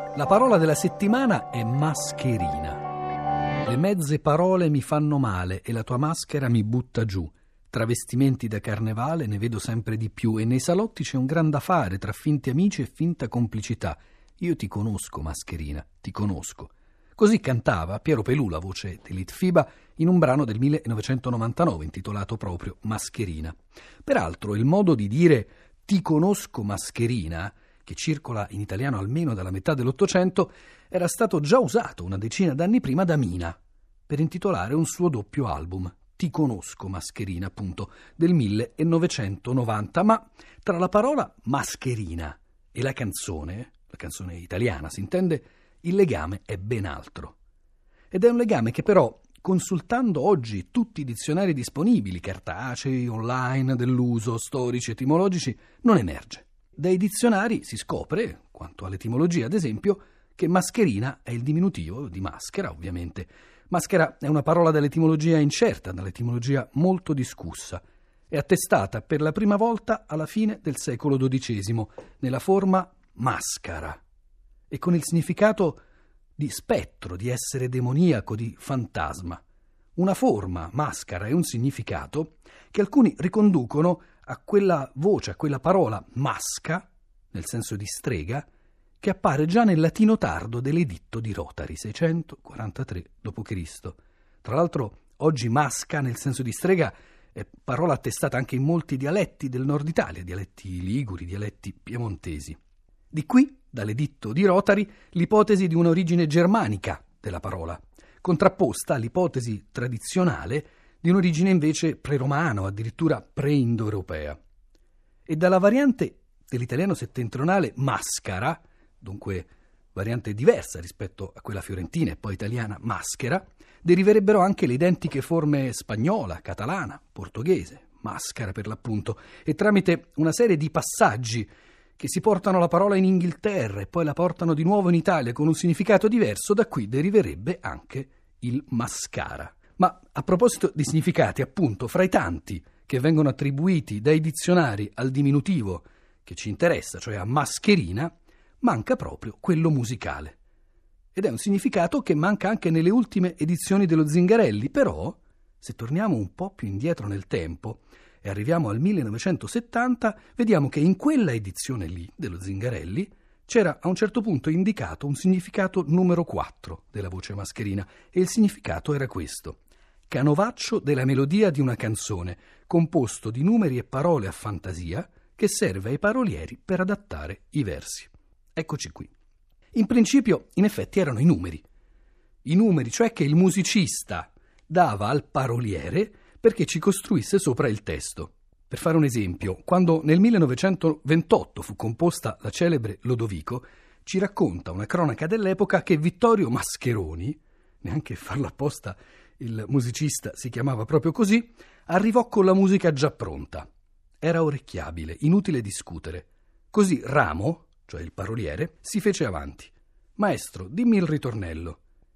La parola della settimana è mascherina. Le mezze parole mi fanno male e la tua maschera mi butta giù. Travestimenti da carnevale ne vedo sempre di più e nei salotti c'è un gran da fare tra finti amici e finta complicità. Io ti conosco, mascherina, ti conosco. Così cantava Piero Pelù, la voce di Litfiba, in un brano del 1999 intitolato proprio Mascherina. Peraltro il modo di dire ti conosco, mascherina, che circola in italiano almeno dalla metà dell'Ottocento, era stato già usato una decina d'anni prima da Mina per intitolare un suo doppio album, Ti conosco, mascherina, appunto, del 1990. Ma tra la parola mascherina e la canzone italiana, si intende, il legame è ben altro. Ed è un legame che però, consultando oggi tutti i dizionari disponibili, cartacei, online, dell'uso, storici, etimologici, non emerge. Dai dizionari si scopre, quanto all'etimologia ad esempio, che mascherina è il diminutivo di maschera, ovviamente. Maschera è una parola dall'etimologia incerta, dall'etimologia molto discussa. È attestata per la prima volta alla fine del secolo XII, nella forma mascara, e con il significato di spettro, di essere demoniaco, di fantasma. Una forma, maschera, e un significato che alcuni riconducono a quella voce, a quella parola masca, nel senso di strega, che appare già nel latino tardo dell'editto di Rotari, 643 d.C. Tra l'altro, oggi masca, nel senso di strega, è parola attestata anche in molti dialetti del nord Italia, dialetti liguri, dialetti piemontesi. Di qui, dall'editto di Rotari, l'ipotesi di un'origine germanica della parola, contrapposta all'ipotesi tradizionale di un'origine invece preromana o addirittura pre-indoeuropea. E dalla variante dell'italiano settentrionale mascara, dunque variante diversa rispetto a quella fiorentina e poi italiana maschera, deriverebbero anche le identiche forme spagnola, catalana, portoghese, mascara per l'appunto, e tramite una serie di passaggi che si portano la parola in Inghilterra e poi la portano di nuovo in Italia con un significato diverso, da qui deriverebbe anche il mascara. Ma a proposito di significati, appunto, fra i tanti che vengono attribuiti dai dizionari al diminutivo che ci interessa, cioè a mascherina, manca proprio quello musicale. Ed è un significato che manca anche nelle ultime edizioni dello Zingarelli, però, se torniamo un po' più indietro nel tempo e arriviamo al 1970, vediamo che in quella edizione lì, dello Zingarelli, c'era a un certo punto indicato un significato numero 4 della voce mascherina, e il significato era questo: canovaccio della melodia di una canzone, composto di numeri e parole a fantasia, che serve ai parolieri per adattare i versi. Eccoci qui. In principio, in effetti, erano i numeri, cioè che il musicista dava al paroliere perché ci costruisse sopra il testo. Per fare un esempio, quando nel 1928 fu composta la celebre Lodovico, ci racconta una cronaca dell'epoca che Vittorio Mascheroni, neanche farlo apposta il musicista si chiamava proprio così, arrivò con la musica già pronta. Era orecchiabile, inutile discutere. Così Ramo, cioè il paroliere, si fece avanti. Maestro, dimmi il ritornello.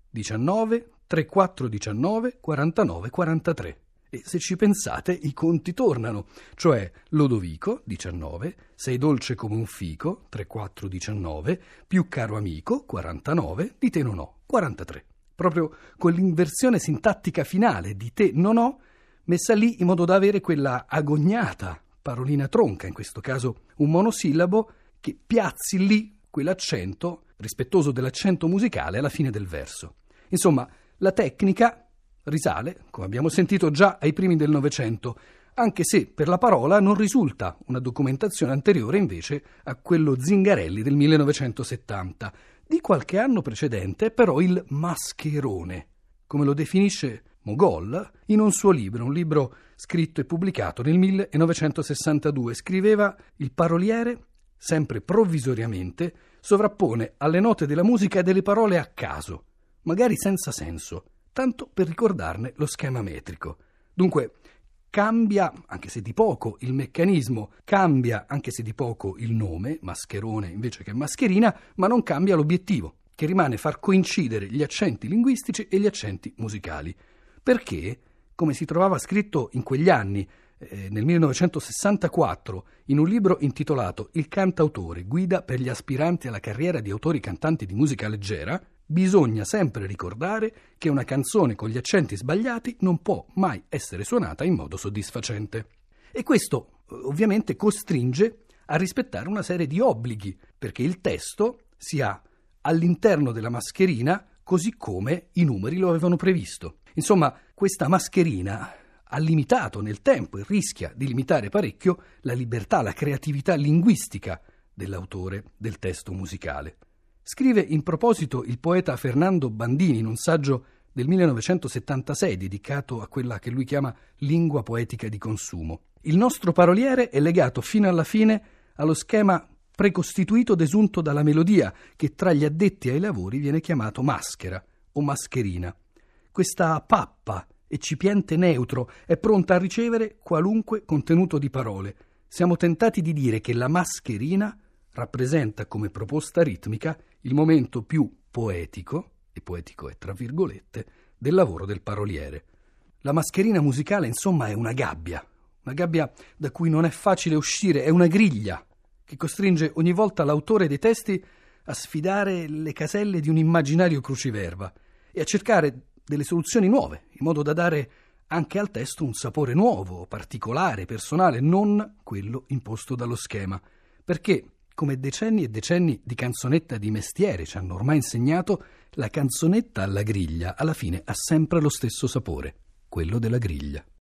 19, 34, 19, 49, 43. E se ci pensate, i conti tornano, cioè Lodovico, 19, sei dolce come un fico, 34, 19, più caro amico, 49, di te non ho, 43. Proprio con l'inversione sintattica finale di te non ho, messa lì in modo da avere quella agognata parolina tronca, in questo caso un monosillabo, che piazzi lì quell'accento, rispettoso dell'accento musicale, alla fine del verso. Insomma, la tecnica risale, come abbiamo sentito, già ai primi del Novecento, anche se per la parola non risulta una documentazione anteriore invece a quello Zingarelli del 1970. Di qualche anno precedente, però, il mascherone, come lo definisce Mogol in un suo libro, un libro scritto e pubblicato nel 1962. Scriveva: il paroliere, sempre provvisoriamente, sovrappone alle note della musica delle parole a caso, magari senza senso, tanto per ricordarne lo schema metrico. Dunque, cambia, anche se di poco, il meccanismo, cambia, anche se di poco, il nome, mascherone invece che mascherina, ma non cambia l'obiettivo, che rimane far coincidere gli accenti linguistici e gli accenti musicali. Perché, come si trovava scritto in quegli anni nel 1964 in un libro intitolato Il cantautore, guida per gli aspiranti alla carriera di autori cantanti di musica leggera, bisogna sempre ricordare che una canzone con gli accenti sbagliati non può mai essere suonata in modo soddisfacente. E questo ovviamente costringe a rispettare una serie di obblighi, perché il testo si ha all'interno della mascherina così come i numeri lo avevano previsto. Insomma, questa mascherina ha limitato nel tempo e rischia di limitare parecchio la libertà, la creatività linguistica dell'autore del testo musicale. Scrive in proposito il poeta Fernando Bandini in un saggio del 1976 dedicato a quella che lui chiama lingua poetica di consumo. Il nostro paroliere è legato fino alla fine allo schema precostituito desunto dalla melodia, che tra gli addetti ai lavori viene chiamato maschera o mascherina. Questa pappa eccipiente neutro è pronta a ricevere qualunque contenuto di parole. Siamo tentati di dire che la mascherina rappresenta come proposta ritmica il momento più poetico, e poetico è tra virgolette, del lavoro del paroliere. La mascherina musicale, insomma, è una gabbia da cui non è facile uscire, è una griglia che costringe ogni volta l'autore dei testi a sfidare le caselle di un immaginario cruciverba e a cercare delle soluzioni nuove, in modo da dare anche al testo un sapore nuovo, particolare, personale, non quello imposto dallo schema. Perché, come decenni e decenni di canzonetta di mestiere ci hanno ormai insegnato, la canzonetta alla griglia alla fine ha sempre lo stesso sapore, quello della griglia.